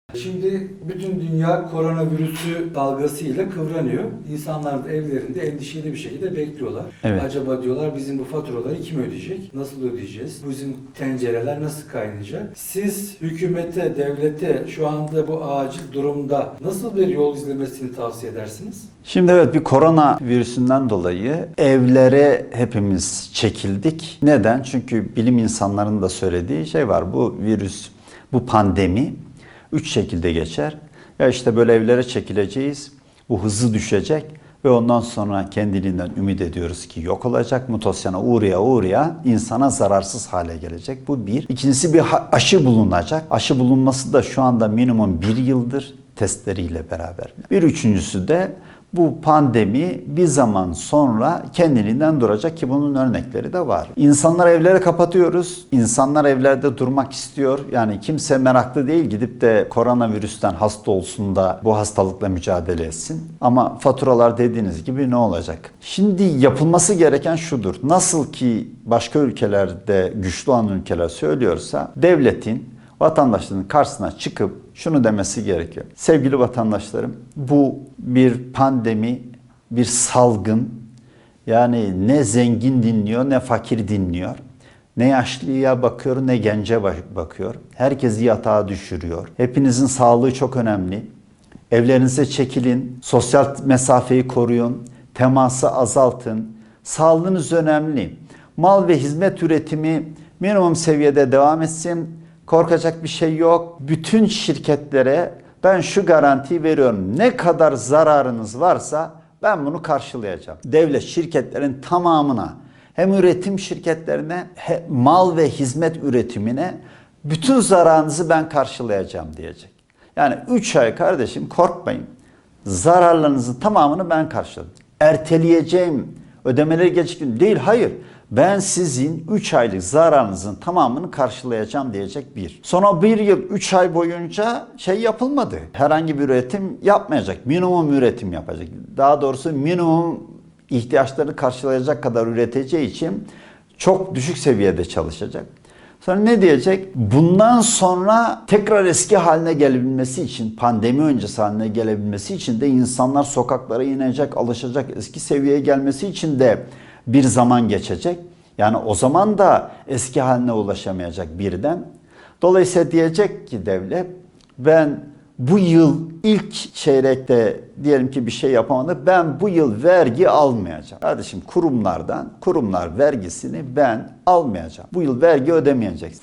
Şimdi bütün dünya koronavirüsü dalgasıyla kıvranıyor. İnsanlar da evlerinde endişeli bir şekilde bekliyorlar. Evet. Acaba diyorlar bizim bu faturaları kim ödeyecek? Nasıl ödeyeceğiz? Bizim tencereler nasıl kaynayacak? Siz hükümete, devlete şu anda bu acil durumda nasıl bir yol izlemesini tavsiye edersiniz? Şimdi evet, bir korona virüsünden dolayı evlere hepimiz çekildik. Neden? Çünkü bilim insanlarının da söylediği şey var. Bu virüs, bu pandemi 3 şekilde geçer. Ya işte böyle evlere çekileceğiz. Bu hızı düşecek ve ondan sonra kendiliğinden ümit ediyoruz ki yok olacak. Mutasyona uğraya insana zararsız hale gelecek. Bu bir. İkincisi, bir aşı bulunacak. Aşı bulunması da şu anda minimum 1 yıldır testleriyle beraber. Bir üçüncüsü de bu pandemi bir zaman sonra kendiliğinden duracak ki bunun örnekleri de var. İnsanlar evlere kapatıyoruz. İnsanlar evlerde durmak istiyor. Yani kimse meraklı değil gidip de koronavirüsten hasta olsun da bu hastalıkla mücadele etsin. Ama faturalar dediğiniz gibi ne olacak? Şimdi yapılması gereken şudur. Nasıl ki başka ülkelerde güçlü olan ülkeler söylüyorsa devletin vatandaşların karşısına çıkıp şunu demesi gerekiyor. Sevgili vatandaşlarım, bu bir pandemi, bir salgın. Yani ne zengin dinliyor, ne fakir dinliyor. Ne yaşlıya bakıyor, ne gence bakıyor. Herkesi yatağa düşürüyor. Hepinizin sağlığı çok önemli. Evlerinize çekilin, sosyal mesafeyi koruyun, teması azaltın. Sağlığınız önemli. Mal ve hizmet üretimi minimum seviyede devam etsin. Korkacak bir şey yok. Bütün şirketlere ben şu garantiyi veriyorum. Ne kadar zararınız varsa ben bunu karşılayacağım. Devlet şirketlerin tamamına, hem üretim şirketlerine, hem mal ve hizmet üretimine bütün zararınızı ben karşılayacağım diyecek. Yani 3 ay kardeşim korkmayın. Zararlarınızın tamamını ben karşıladım. Erteleyeceğim, ödemeleri geciktirdim değil, hayır. Ben sizin 3 aylık zararınızın tamamını karşılayacağım diyecek bir. Sonra 1 yıl 3 ay boyunca şey yapılmadı. Herhangi bir üretim yapmayacak. Minimum üretim yapacak. Daha doğrusu minimum ihtiyaçlarını karşılayacak kadar üreteceği için çok düşük seviyede çalışacak. Sonra ne diyecek? Bundan sonra tekrar eski haline gelebilmesi için, pandemi öncesi haline gelebilmesi için de insanlar sokaklara inecek, alışacak, eski seviyeye gelmesi için de bir zaman geçecek. Yani o zaman da eski haline ulaşamayacak birden. Dolayısıyla diyecek ki devlet, ben bu yıl ilk çeyrekte diyelim ki bir şey yapamadı, ben bu yıl vergi almayacağım. Kardeşim kurumlar vergisini ben almayacağım. Bu yıl vergi ödemeyeceksin.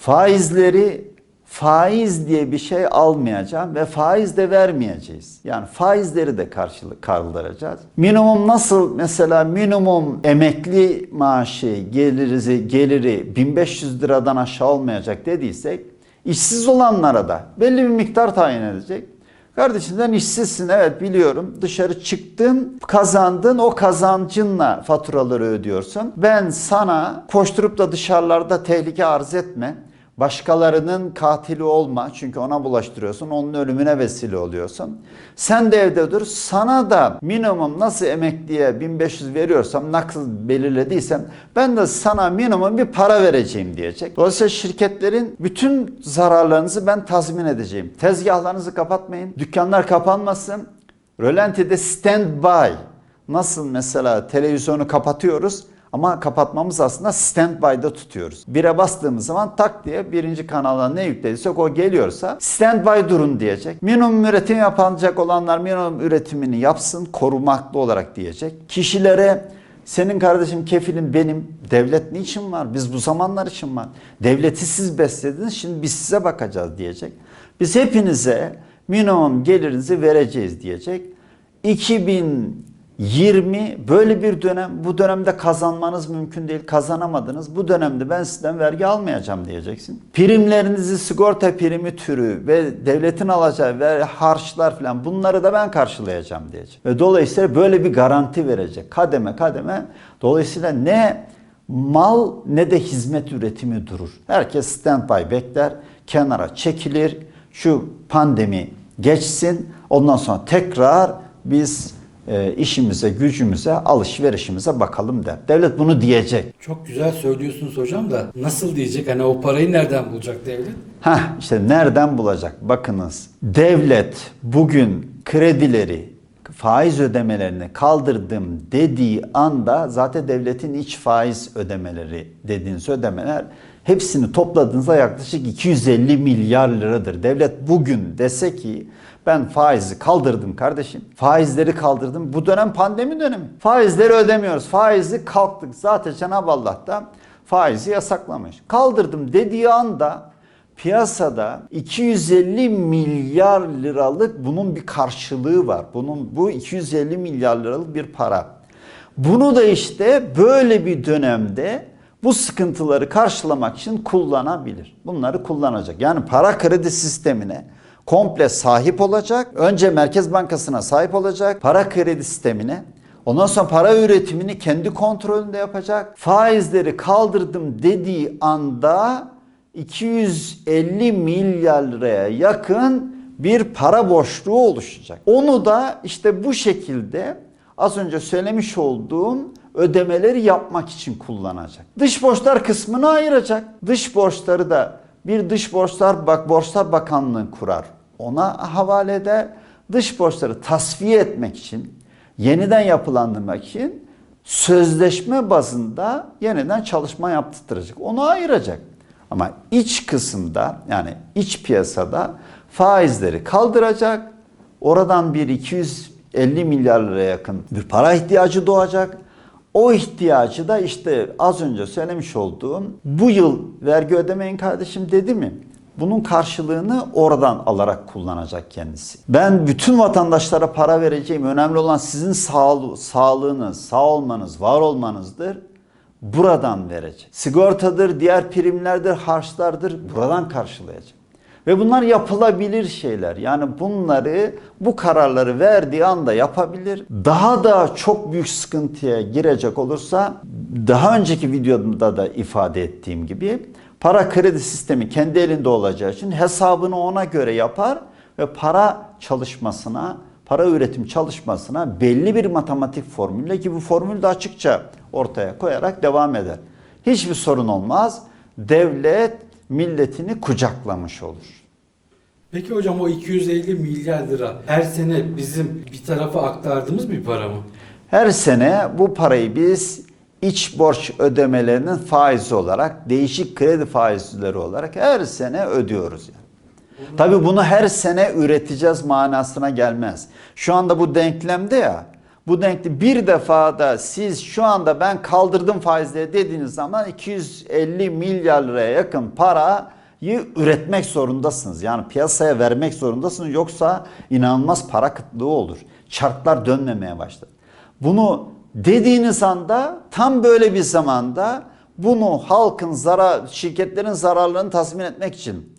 Faiz diye bir şey almayacağım ve faiz de vermeyeceğiz. Yani faizleri de kaldıracağız. Minimum nasıl, mesela minimum emekli maaşı geliri 1500 liradan aşağı olmayacak dediysek, işsiz olanlara da belli bir miktar tayin edecek. Kardeşim sen işsizsin, evet biliyorum, dışarı çıktın, kazandın, o kazancınla faturaları ödüyorsun. Ben sana koşturup da dışarılarda tehlike arz etme. Başkalarının katili olma, çünkü ona bulaştırıyorsun, onun ölümüne vesile oluyorsun. Sen de evde dur, sana da minimum nasıl emekliye 1500 veriyorsam, nasıl belirlediysem ben de sana minimum bir para vereceğim diyecek. Dolayısıyla şirketlerin bütün zararlarınızı ben tazmin edeceğim. Tezgahlarınızı kapatmayın, dükkanlar kapanmasın. Rölantide standby, nasıl mesela televizyonu kapatıyoruz, ama kapatmamız aslında standby'da tutuyoruz. Bire bastığımız zaman tak diye birinci kanala ne yüklediysek o geliyorsa standby durun diyecek. Minimum üretim yapacak olanlar minimum üretimini yapsın korumaklı olarak diyecek. Kişilere senin kardeşim kefilin benim, devlet niçin var? Biz bu zamanlar için var. Devleti siz beslediniz, şimdi biz size bakacağız diyecek. Biz hepinize minimum gelirinizi vereceğiz diyecek. 2020 böyle bir dönem, bu dönemde kazanmanız mümkün değil, kazanamadınız. Bu dönemde ben sizden vergi almayacağım diyeceksin. Primlerinizi, sigorta primi türü ve devletin alacağı ve harçlar falan, bunları da ben karşılayacağım diyecek. Ve dolayısıyla böyle bir garanti verecek kademe kademe. Dolayısıyla ne mal ne de hizmet üretimi durur. Herkes standby bekler, kenara çekilir. Şu pandemi geçsin, ondan sonra tekrar biz işimize, gücümüze, alışverişimize bakalım der. Devlet bunu diyecek. Çok güzel söylüyorsunuz hocam da nasıl diyecek? Hani o parayı nereden bulacak devlet? İşte nereden bulacak? Bakınız, devlet bugün kredileri, faiz ödemelerini kaldırdım dediği anda zaten devletin iç faiz ödemeleri dediğiniz ödemeler hepsini topladığınızda yaklaşık 250 milyar liradır. Devlet bugün dese ki ben faizi kaldırdım kardeşim. Faizleri kaldırdım. Bu dönem pandemi dönemi. Faizleri ödemiyoruz. Faizi kalktık. Zaten Cenab-ı Allah da faizi yasaklamış. Kaldırdım dediği anda piyasada 250 milyar liralık bunun bir karşılığı var. Bu 250 milyar liralık bir para. Bunu da işte böyle bir dönemde bu sıkıntıları karşılamak için kullanabilir. Bunları kullanacak. Yani para kredi sistemine komple sahip olacak. Önce Merkez Bankası'na sahip olacak. Para kredi sistemine. Ondan sonra para üretimini kendi kontrolünde yapacak. Faizleri kaldırdım dediği anda 250 milyar liraya yakın bir para boşluğu oluşacak. Onu da işte bu şekilde az önce söylemiş olduğum ödemeleri yapmak için kullanacak. Dış borçlar kısmını ayıracak. Dış borçları da bir borçlar bakanlığı kurar. Ona havale eder. Dış borçları tasfiye etmek için, yeniden yapılandırmak için sözleşme bazında yeniden çalışma yaptıracak. Onu ayıracak. Ama iç kısımda yani iç piyasada faizleri kaldıracak. Oradan bir 250 milyar liraya yakın bir para ihtiyacı doğacak. O ihtiyacı da işte az önce söylemiş olduğum bu yıl vergi ödemeyin kardeşim dedi mi? Bunun karşılığını oradan alarak kullanacak kendisi. Ben bütün vatandaşlara para vereceğim. Önemli olan sizin sağlığınız, sağ olmanız, var olmanızdır. Buradan verecek. Sigortadır, diğer primlerdir, harçlardır. Buradan karşılayacak. Ve bunlar yapılabilir şeyler. Yani bu kararları verdiği anda yapabilir. Daha da çok büyük sıkıntıya girecek olursa daha önceki videomda da ifade ettiğim gibi para kredi sistemi kendi elinde olacağı için hesabını ona göre yapar ve para üretim çalışmasına belli bir matematik formülle ki bu formülü de açıkça ortaya koyarak devam eder. Hiçbir sorun olmaz. Devlet milletini kucaklamış olur. Peki hocam o 250 milyar lira her sene bizim bir tarafa aktardığımız bir para mı? Her sene bu parayı biz iç borç ödemelerinin faizi olarak, değişik kredi faizleri olarak her sene ödüyoruz. Tabii bunu her sene üreteceğiz manasına gelmez. Şu anda bu denklemde ya, bu denkli bir defada siz şu anda ben kaldırdım faizleri dediğiniz zaman 250 milyar liraya yakın parayı üretmek zorundasınız. Yani piyasaya vermek zorundasınız. Yoksa inanılmaz para kıtlığı olur. Çarklar dönmemeye başlar. Bunu dediğiniz anda tam böyle bir zamanda bunu şirketlerin zararlarını tazmin etmek için,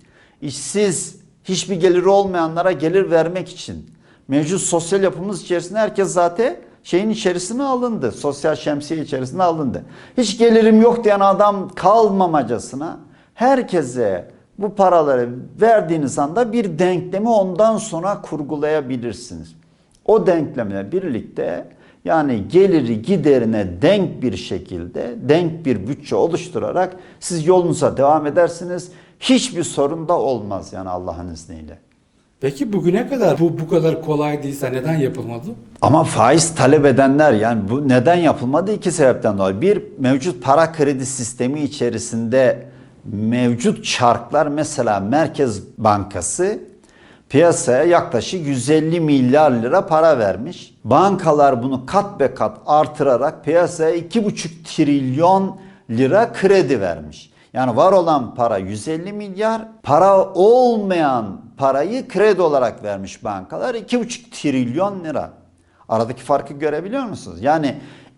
işsiz, hiçbir geliri olmayanlara gelir vermek için, mevcut sosyal yapımız içerisinde herkes zaten şeyin içerisine alındı. Sosyal şemsiye içerisine alındı. Hiç gelirim yok diyen adam kalmamacasına herkese bu paraları verdiğiniz anda bir denklemi ondan sonra kurgulayabilirsiniz. O denklemle birlikte yani geliri giderine denk bir şekilde denk bir bütçe oluşturarak siz yolunuza devam edersiniz. Hiçbir sorun da olmaz yani Allah'ın izniyle. Peki bugüne kadar bu kadar kolay değilse neden yapılmadı? Ama faiz talep edenler yani bu neden yapılmadı? İki sebepten dolayı. Bir, mevcut para kredi sistemi içerisinde mevcut çarklar, mesela Merkez Bankası piyasaya yaklaşık 150 milyar lira para vermiş. Bankalar bunu kat be kat artırarak piyasaya 2,5 trilyon lira kredi vermiş. Yani var olan para 150 milyar, para olmayan parayı kredi olarak vermiş bankalar 2,5 trilyon lira. Aradaki farkı görebiliyor musunuz? Yani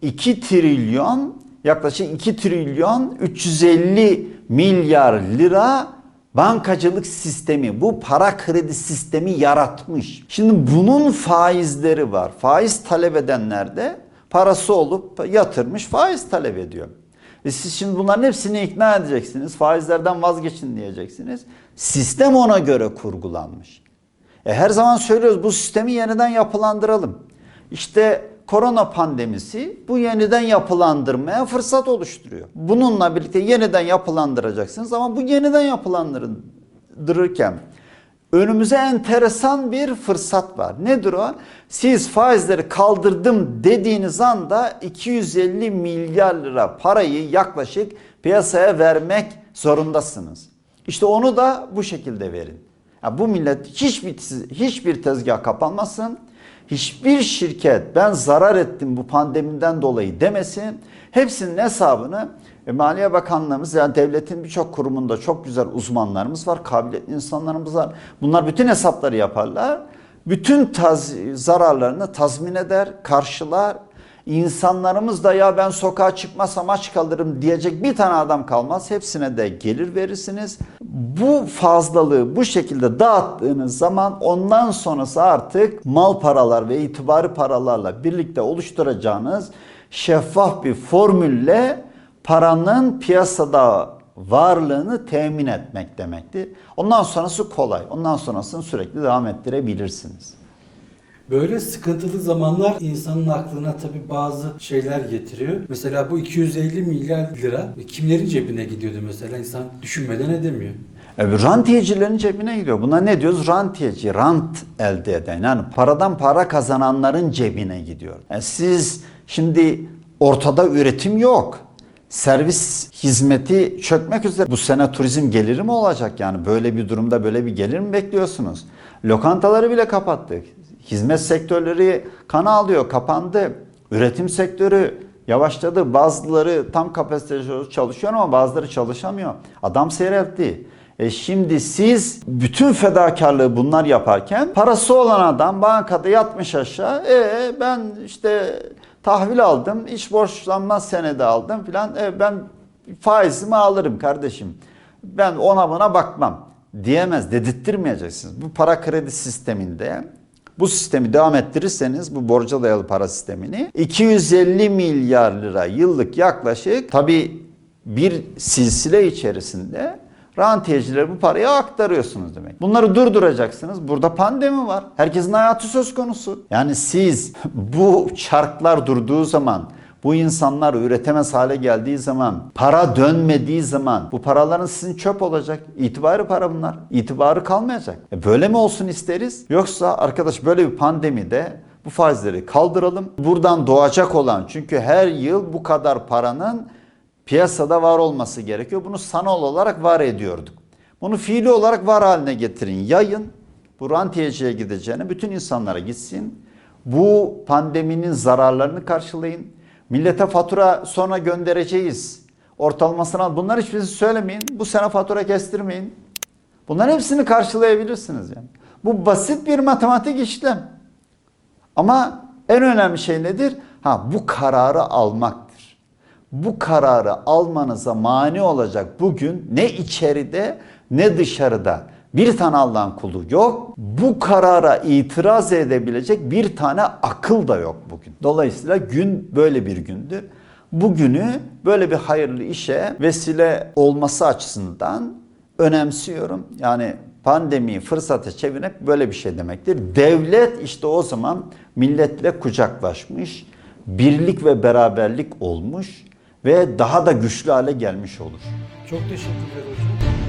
2 trilyon, yaklaşık 2 trilyon 350 milyar lira bankacılık sistemi, bu para kredi sistemi yaratmış. Şimdi bunun faizleri var. Faiz talep edenler de parası olup yatırmış faiz talep ediyor. Siz şimdi bunların hepsini ikna edeceksiniz. Faizlerden vazgeçin diyeceksiniz. Sistem ona göre kurgulanmış. Her zaman söylüyoruz bu sistemi yeniden yapılandıralım. İşte korona pandemisi bu yeniden yapılandırmaya fırsat oluşturuyor. Bununla birlikte yeniden yapılandıracaksınız ama bu yeniden yapılandırırken önümüze enteresan bir fırsat var. Nedir o? Siz faizleri kaldırdım dediğiniz anda 250 milyar lira parayı yaklaşık piyasaya vermek zorundasınız. İşte onu da bu şekilde verin. Ya bu millet hiçbir tezgah kapanmasın. Hiçbir şirket ben zarar ettim bu pandemiden dolayı demesin. Hepsinin hesabını Maliye Bakanlığımız, yani devletin birçok kurumunda çok güzel uzmanlarımız var, kabiliyetli insanlarımız var. Bunlar bütün hesapları yaparlar. Bütün zararlarını tazmin eder, karşılar. İnsanlarımız da ya ben sokağa çıkmasam aç kalırım diyecek bir tane adam kalmaz. Hepsine de gelir verirsiniz. Bu fazlalığı bu şekilde dağıttığınız zaman ondan sonrası artık mal paralar ve itibari paralarla birlikte oluşturacağınız şeffaf bir formülle paranın piyasada varlığını temin etmek demektir. Ondan sonrası kolay. Ondan sonrasını sürekli devam ettirebilirsiniz. Böyle sıkıntılı zamanlar insanın aklına tabii bazı şeyler getiriyor. Mesela bu 250 milyar lira kimlerin cebine gidiyordu mesela, insan düşünmeden edemiyor. Rantiyecilerin cebine gidiyor. Buna ne diyoruz? Rantiyeci, rant elde eden. Yani paradan para kazananların cebine gidiyor. Yani siz şimdi ortada üretim yok. Servis hizmeti çökmek üzere. Bu sene turizm geliri mi olacak yani? Böyle bir durumda böyle bir gelir mi bekliyorsunuz? Lokantaları bile kapattık. Hizmet sektörleri kan ağlıyor, kapandı. Üretim sektörü yavaşladı. Bazıları tam kapasiteli çalışıyor ama bazıları çalışamıyor. Adam seyreltti. Şimdi siz bütün fedakarlığı bunlar yaparken parası olan adam bankada yatmış aşağı. Ben işte tahvil aldım, iç borçlanmaz senedi aldım filan. Ben faizimi alırım kardeşim. Ben ona buna bakmam diyemez, dedirttirmeyeceksiniz. Bu para kredi sisteminde bu sistemi devam ettirirseniz, bu borca dayalı para sistemini 250 milyar lira yıllık yaklaşık, tabii bir silsile içerisinde rantiyecilere bu parayı aktarıyorsunuz demek. Bunları durduracaksınız. Burada pandemi var. Herkesin hayatı söz konusu. Yani siz bu çarklar durduğu zaman, bu insanlar üretemez hale geldiği zaman, para dönmediği zaman bu paraların sizin çöp olacak. İtibarı para bunlar. İtibarı kalmayacak. Böyle mi olsun isteriz? Yoksa arkadaş böyle bir pandemide bu faizleri kaldıralım. Buradan doğacak olan, çünkü her yıl bu kadar paranın piyasada var olması gerekiyor. Bunu sanal olarak var ediyorduk. Bunu fiili olarak var haline getirin. Yayın. Bu rantiyeciye gideceğine bütün insanlara gitsin. Bu pandeminin zararlarını karşılayın. Millete fatura sonra göndereceğiz. Ortalamasını al. Bunlar hiçbirini söylemeyin. Bu sene fatura kestirmeyin. Bunların hepsini karşılayabilirsiniz yani. Bu basit bir matematik işlem. Ama en önemli şey nedir? Bu kararı almaktır. Bu kararı almanıza mani olacak bugün ne içeride ne dışarıda bir tane Allah'ın kulu yok. Bu karara itiraz edebilecek bir tane akıl da yok bugün. Dolayısıyla gün böyle bir gündür. Bugünü böyle bir hayırlı işe vesile olması açısından önemsiyorum. Yani pandemiyi fırsata çevirmek böyle bir şey demektir. Devlet işte o zaman milletle kucaklaşmış, birlik ve beraberlik olmuş ve daha da güçlü hale gelmiş olur. Çok teşekkürler hocam.